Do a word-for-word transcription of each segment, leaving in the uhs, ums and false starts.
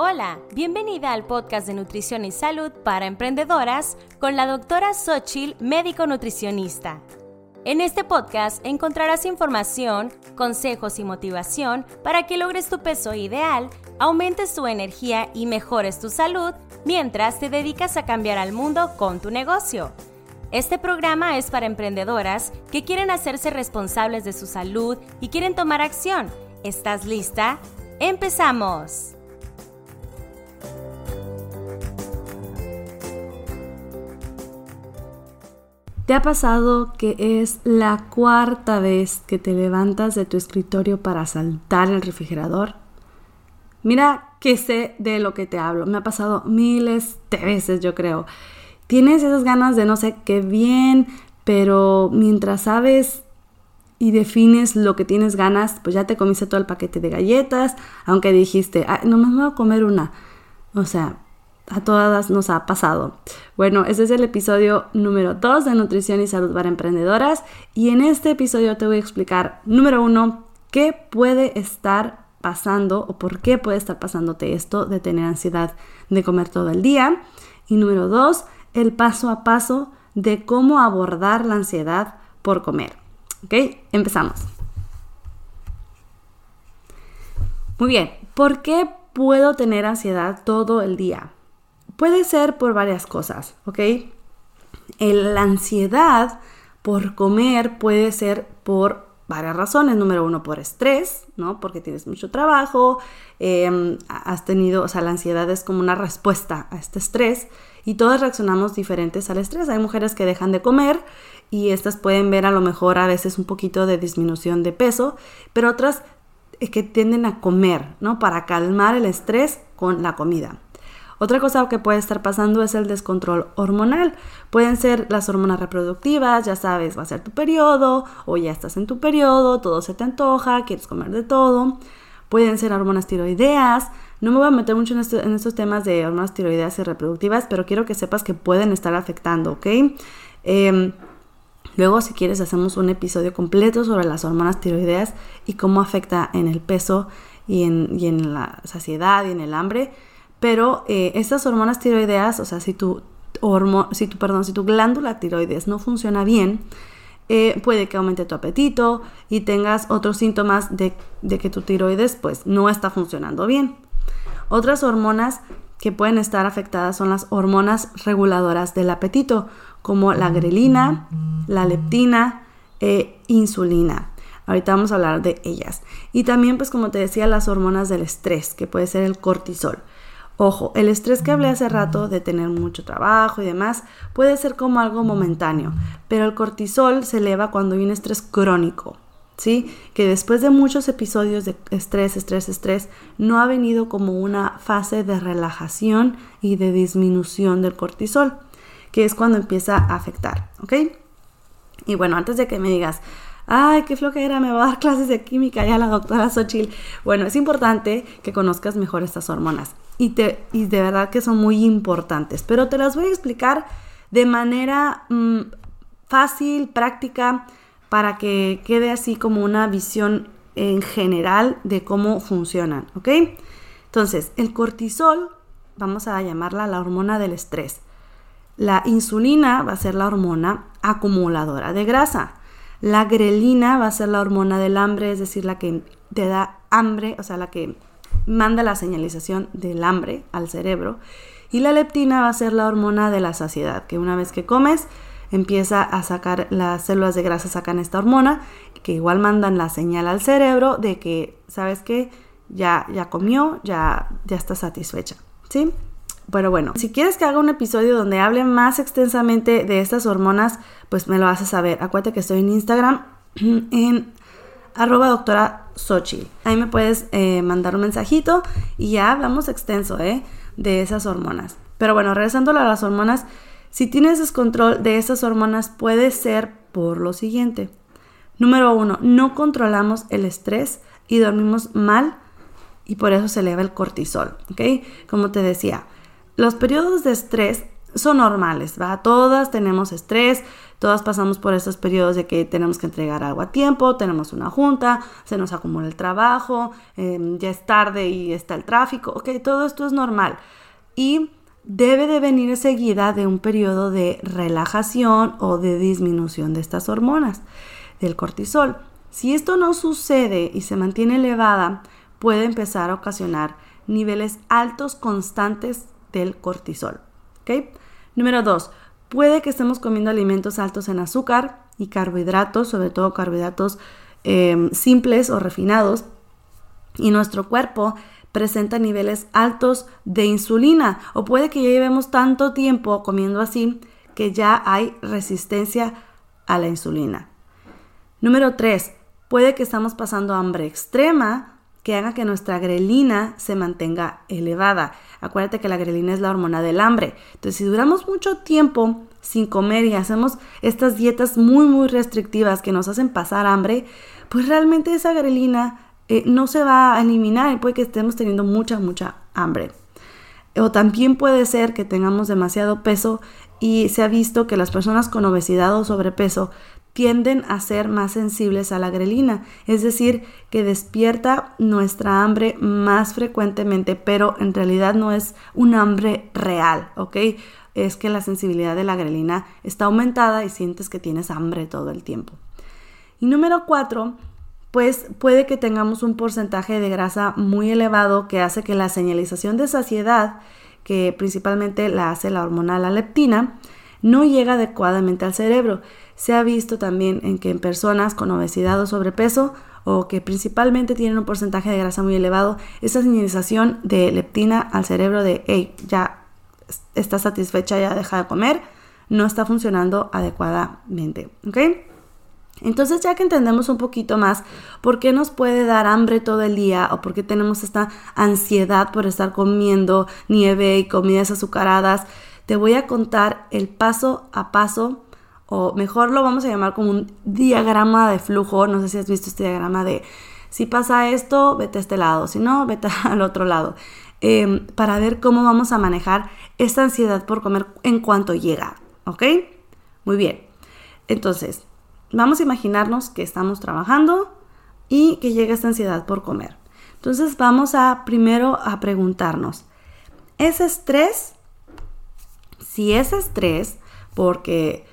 Hola, bienvenida al podcast de Nutrición y Salud para Emprendedoras con la doctora Xochitl, médico nutricionista. En este podcast encontrarás información, consejos y motivación para que logres tu peso ideal, aumentes tu energía y mejores tu salud mientras te dedicas a cambiar al mundo con tu negocio. Este programa es para emprendedoras que quieren hacerse responsables de su salud y quieren tomar acción. ¿Estás lista? ¡Empezamos! ¿Te ha pasado que es la cuarta vez que te levantas de tu escritorio para saltar el refrigerador? Mira que sé de lo que te hablo. Me ha pasado miles de veces, yo creo. Tienes esas ganas de no sé qué bien, pero mientras sabes y defines lo que tienes ganas, pues ya te comiste todo el paquete de galletas, aunque dijiste, ah, nomás me voy a comer una. O sea, a todas nos ha pasado. Bueno, este es el episodio número dos de Nutrición y Salud para Emprendedoras y en este episodio te voy a explicar, número uno, qué puede estar pasando o por qué puede estar pasándote esto de tener ansiedad de comer todo el día, y número dos, el paso a paso de cómo abordar la ansiedad por comer. ¿Ok? Empezamos. Muy bien, ¿por qué puedo tener ansiedad todo el día? Puede ser por varias cosas, ¿ok? El, la ansiedad por comer puede ser por varias razones. Número uno, por estrés, ¿no? Porque tienes mucho trabajo, eh, has tenido, o sea, la ansiedad es como una respuesta a este estrés y todas reaccionamos diferentes al estrés. Hay mujeres que dejan de comer y estas pueden ver a lo mejor a veces un poquito de disminución de peso, pero otras que tienden a comer, ¿no? Para calmar el estrés con la comida. Otra cosa que puede estar pasando es el descontrol hormonal. Pueden ser las hormonas reproductivas, ya sabes, va a ser tu periodo o ya estás en tu periodo, todo se te antoja, quieres comer de todo. Pueden ser hormonas tiroideas. No me voy a meter mucho en, esto, en estos temas de hormonas tiroideas y reproductivas, pero quiero que sepas que pueden estar afectando, ¿ok? Eh, luego, si quieres, hacemos un episodio completo sobre las hormonas tiroideas y cómo afecta en el peso y en, y en la saciedad y en el hambre. Pero eh, estas hormonas tiroideas, o sea, si tu, hormo, si, tu, perdón, si tu glándula tiroides no funciona bien, eh, puede que aumente tu apetito y tengas otros síntomas de, de que tu tiroides pues, no está funcionando bien. Otras hormonas que pueden estar afectadas son las hormonas reguladoras del apetito, como la grelina, la leptina e insulina. Ahorita vamos a hablar de ellas. Y también, pues como te decía, las hormonas del estrés, que puede ser el cortisol. Ojo, el estrés que hablé hace rato de tener mucho trabajo y demás puede ser como algo momentáneo, pero el cortisol se eleva cuando hay un estrés crónico, ¿sí? Que después de muchos episodios de estrés, estrés, estrés, no ha venido como una fase de relajación y de disminución del cortisol, que es cuando empieza a afectar, ¿ok? Y bueno, antes de que me digas, ay, qué flojera, me va a dar clases de química ya la doctora Xochitl. Bueno, es importante que conozcas mejor estas hormonas y, te, y de verdad que son muy importantes, pero te las voy a explicar de manera mmm, fácil, práctica, para que quede así como una visión en general de cómo funcionan, ¿ok? Entonces, el cortisol, vamos a llamarla la hormona del estrés. La insulina va a ser la hormona acumuladora de grasa. La grelina va a ser la hormona del hambre, es decir, la que te da hambre, o sea, la que manda la señalización del hambre al cerebro. Y la leptina va a ser la hormona de la saciedad, que una vez que comes, empieza a sacar, las células de grasa sacan esta hormona, que igual mandan la señal al cerebro de que, ¿sabes qué? Ya, ya comió, ya, ya está satisfecha, ¿sí? Pero bueno, si quieres que haga un episodio donde hable más extensamente de estas hormonas, pues me lo haces saber. Acuérdate que estoy en Instagram, en arroba doctora Xochitl. Ahí me puedes eh, mandar un mensajito y ya hablamos extenso ¿eh? de esas hormonas. Pero bueno, regresando a las hormonas, si tienes descontrol de esas hormonas puede ser por lo siguiente. Número uno, no controlamos el estrés y dormimos mal y por eso se eleva el cortisol, ¿ok? Como te decía, los periodos de estrés son normales, ¿va? Todas tenemos estrés, todas pasamos por estos periodos de que tenemos que entregar algo a tiempo, tenemos una junta, se nos acumula el trabajo, eh, ya es tarde y está el tráfico, ok, todo esto es normal. Y debe de venir seguida de un periodo de relajación o de disminución de estas hormonas, del cortisol. Si esto no sucede y se mantiene elevada, puede empezar a ocasionar niveles altos constantes del cortisol. ¿Okay? Número dos, puede que estemos comiendo alimentos altos en azúcar y carbohidratos, sobre todo carbohidratos eh, simples o refinados, y nuestro cuerpo presenta niveles altos de insulina, o puede que ya llevemos tanto tiempo comiendo así que ya hay resistencia a la insulina. Número tres, puede que estamos pasando hambre extrema que haga que nuestra grelina se mantenga elevada. Acuérdate que la grelina es la hormona del hambre. Entonces, si duramos mucho tiempo sin comer y hacemos estas dietas muy, muy restrictivas que nos hacen pasar hambre, pues realmente esa grelina eh, no se va a eliminar y puede que estemos teniendo mucha, mucha hambre. O también puede ser que tengamos demasiado peso y se ha visto que las personas con obesidad o sobrepeso tienden a ser más sensibles a la grelina, es decir, que despierta nuestra hambre más frecuentemente, pero en realidad no es un hambre real, ¿ok? Es que la sensibilidad de la grelina está aumentada y sientes que tienes hambre todo el tiempo. Y número cuatro, pues puede que tengamos un porcentaje de grasa muy elevado que hace que la señalización de saciedad, que principalmente la hace la hormona la leptina, no llega adecuadamente al cerebro. Se ha visto también en que en personas con obesidad o sobrepeso o que principalmente tienen un porcentaje de grasa muy elevado, esa señalización de leptina al cerebro de hey, ya está satisfecha, ya deja de comer, no está funcionando adecuadamente, ¿ok? Entonces, ya que entendemos un poquito más por qué nos puede dar hambre todo el día o por qué tenemos esta ansiedad por estar comiendo nieve y comidas azucaradas, te voy a contar el paso a paso, o mejor lo vamos a llamar como un diagrama de flujo. No sé si has visto este diagrama de si pasa esto, vete a este lado, si no, vete al otro lado, eh, para ver cómo vamos a manejar esta ansiedad por comer en cuanto llega, ¿ok? Muy bien, entonces vamos a imaginarnos que estamos trabajando y que llega esta ansiedad por comer. Entonces vamos a primero a preguntarnos, ¿es estrés? Si es estrés, porque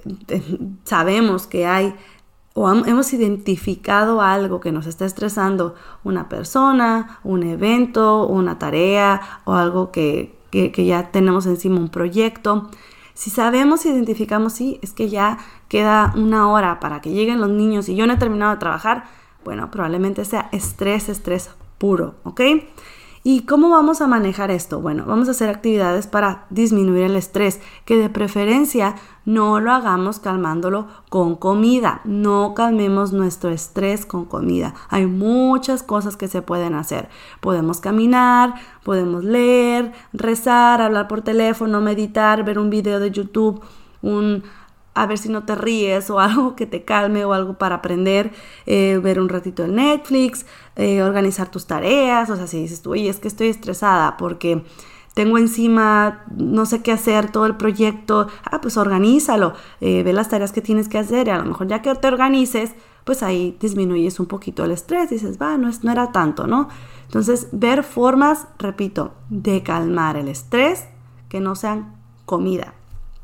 sabemos que hay o hemos identificado algo que nos está estresando, una persona, un evento, una tarea o algo que, que, que ya tenemos encima, un proyecto. Si sabemos, identificamos, sí, es que ya queda una hora para que lleguen los niños y yo no he terminado de trabajar, bueno, probablemente sea estrés, estrés puro, ¿ok? ¿Y cómo vamos a manejar esto? Bueno, vamos a hacer actividades para disminuir el estrés, que de preferencia no lo hagamos calmándolo con comida. No calmemos nuestro estrés con comida. Hay muchas cosas que se pueden hacer. Podemos caminar, podemos leer, rezar, hablar por teléfono, meditar, ver un video de YouTube, un... a ver si no te ríes o algo que te calme o algo para aprender, eh, ver un ratito de Netflix, eh, organizar tus tareas. O sea, si dices tú, oye, es que estoy estresada porque tengo encima, no sé qué hacer, todo el proyecto, ah, pues organízalo, eh, ve las tareas que tienes que hacer y a lo mejor ya que te organices, pues ahí disminuyes un poquito el estrés, dices, va, no, es, no era tanto, ¿no? Entonces, ver formas, repito, de calmar el estrés que no sean comida.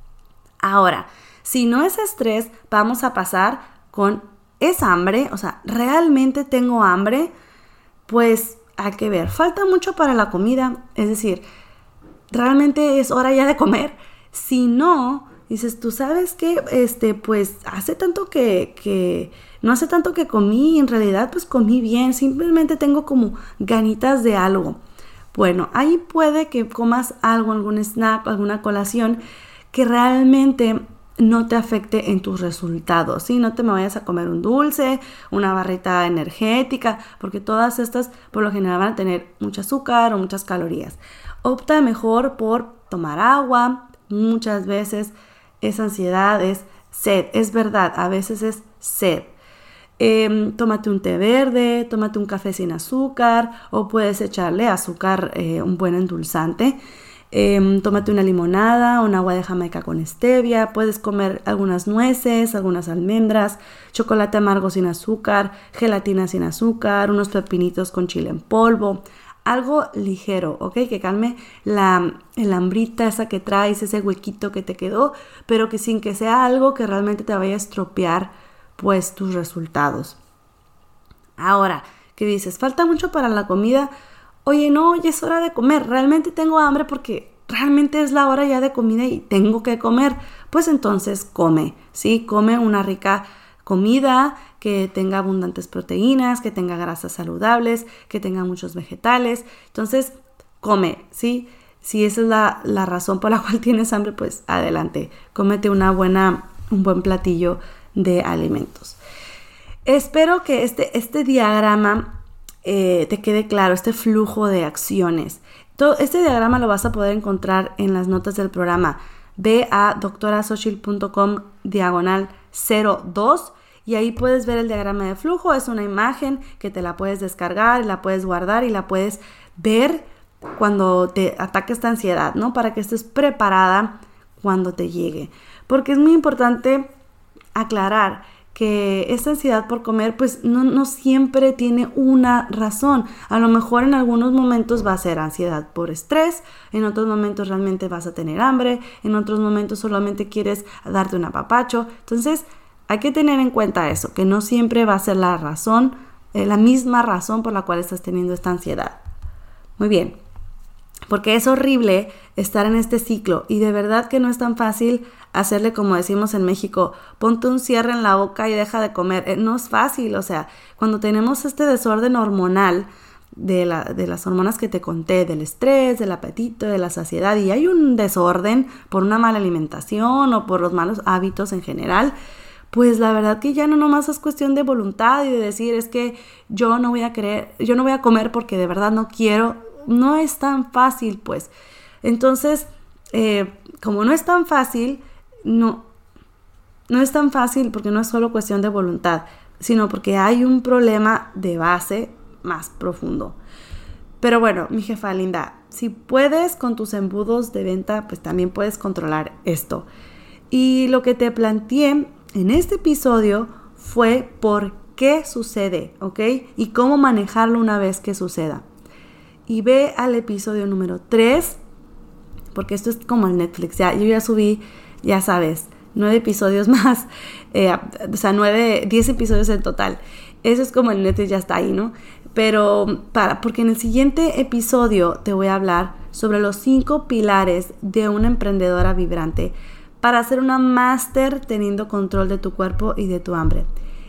Ahora, si no es estrés, vamos a pasar con ¿es hambre? O sea, ¿realmente tengo hambre? Pues hay que ver, falta mucho para la comida, es decir, ¿realmente es hora ya de comer? Si no, dices, tú sabes que, este, pues hace tanto que, que, no hace tanto que comí, en realidad pues comí bien, simplemente tengo como ganitas de algo. Bueno, ahí puede que comas algo, algún snack, alguna colación que realmente no te afecte en tus resultados, ¿sí? No te me vayas a comer un dulce, una barrita energética, porque todas estas por lo general van a tener mucho azúcar o muchas calorías. Opta mejor por tomar agua. Muchas veces esa ansiedad es sed, es verdad, a veces es sed. Eh, tómate un té verde, tómate un café sin azúcar o puedes echarle azúcar, eh, un buen endulzante. Eh, tómate una limonada, un agua de Jamaica con stevia, puedes comer algunas nueces, algunas almendras, chocolate amargo sin azúcar, gelatina sin azúcar, unos pepinitos con chile en polvo, algo ligero, ¿ok? Que calme la, la hambrita esa que traes, ese huequito que te quedó, pero que sin que sea algo que realmente te vaya a estropear pues tus resultados. Ahora, ¿qué dices? ¿Falta mucho para la comida? Oye, no, ya es hora de comer, realmente tengo hambre porque realmente es la hora ya de comida y tengo que comer. Pues entonces come, ¿sí? Come una rica comida que tenga abundantes proteínas, que tenga grasas saludables, que tenga muchos vegetales. Entonces, come, ¿sí? Si esa es la, la razón por la cual tienes hambre, pues adelante, cómete una buena, un buen platillo de alimentos. Espero que este, este diagrama Eh, te quede claro, este flujo de acciones. Todo este diagrama lo vas a poder encontrar en las notas del programa. Ve a doctorasochil punto com diagonal cero dos y ahí puedes ver el diagrama de flujo. Es una imagen que te la puedes descargar, la puedes guardar y la puedes ver cuando te ataque esta ansiedad, ¿no? Para que estés preparada cuando te llegue. Porque es muy importante aclarar que esta ansiedad por comer pues no, no siempre tiene una razón. A lo mejor en algunos momentos va a ser ansiedad por estrés, en otros momentos realmente vas a tener hambre, en otros momentos solamente quieres darte un apapacho. Entonces hay que tener en cuenta eso, que no siempre va a ser la razón, eh, la misma razón por la cual estás teniendo esta ansiedad. Muy bien, porque es horrible estar en este ciclo y de verdad que no es tan fácil hacerle como decimos en México, ponte un cierre en la boca y deja de comer. Eh, no es fácil, o sea, cuando tenemos este desorden hormonal de, la, de las hormonas que te conté, del estrés, del apetito, de la saciedad, y hay un desorden por una mala alimentación o por los malos hábitos en general, pues la verdad que ya no nomás es cuestión de voluntad y de decir es que yo no voy a querer, yo no voy a comer porque de verdad no quiero. No es tan fácil, pues. Entonces, eh, como no es tan fácil, no, no es tan fácil porque no es solo cuestión de voluntad, sino porque hay un problema de base más profundo. Pero bueno, mi jefa linda, si puedes con tus embudos de venta, pues también puedes controlar esto. Y lo que te planteé en este episodio fue por qué sucede, ¿ok? Y cómo manejarlo una vez que suceda. Y ve al episodio número tres, porque esto es como el Netflix. Ya, yo ya subí, ya sabes, nueve episodios más, eh, o sea, nueve, diez episodios en total. Eso es como el Netflix, ya está ahí, ¿no? Pero, para, porque en el siguiente episodio te voy a hablar sobre los cinco pilares de una emprendedora vibrante para hacer una máster teniendo control de tu cuerpo y de tu hambre.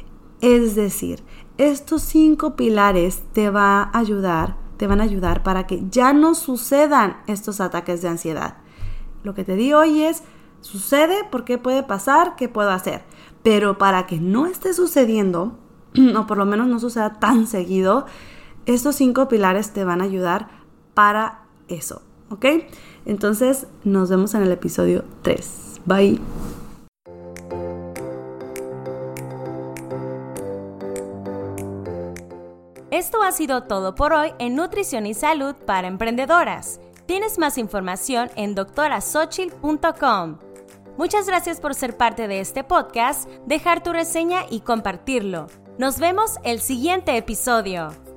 Es decir, estos cinco pilares te va a ayudar te van a ayudar para que ya no sucedan estos ataques de ansiedad. Lo que te di hoy es, sucede, ¿por qué puede pasar? ¿Qué puedo hacer? Pero para que no esté sucediendo, o por lo menos no suceda tan seguido, estos cinco pilares te van a ayudar para eso, ¿ok? Entonces, nos vemos en el episodio tres. Bye. Esto ha sido todo por hoy en Nutrición y Salud para Emprendedoras. Tienes más información en doctorasochil punto com. Muchas gracias por ser parte de este podcast, dejar tu reseña y compartirlo. Nos vemos el siguiente episodio.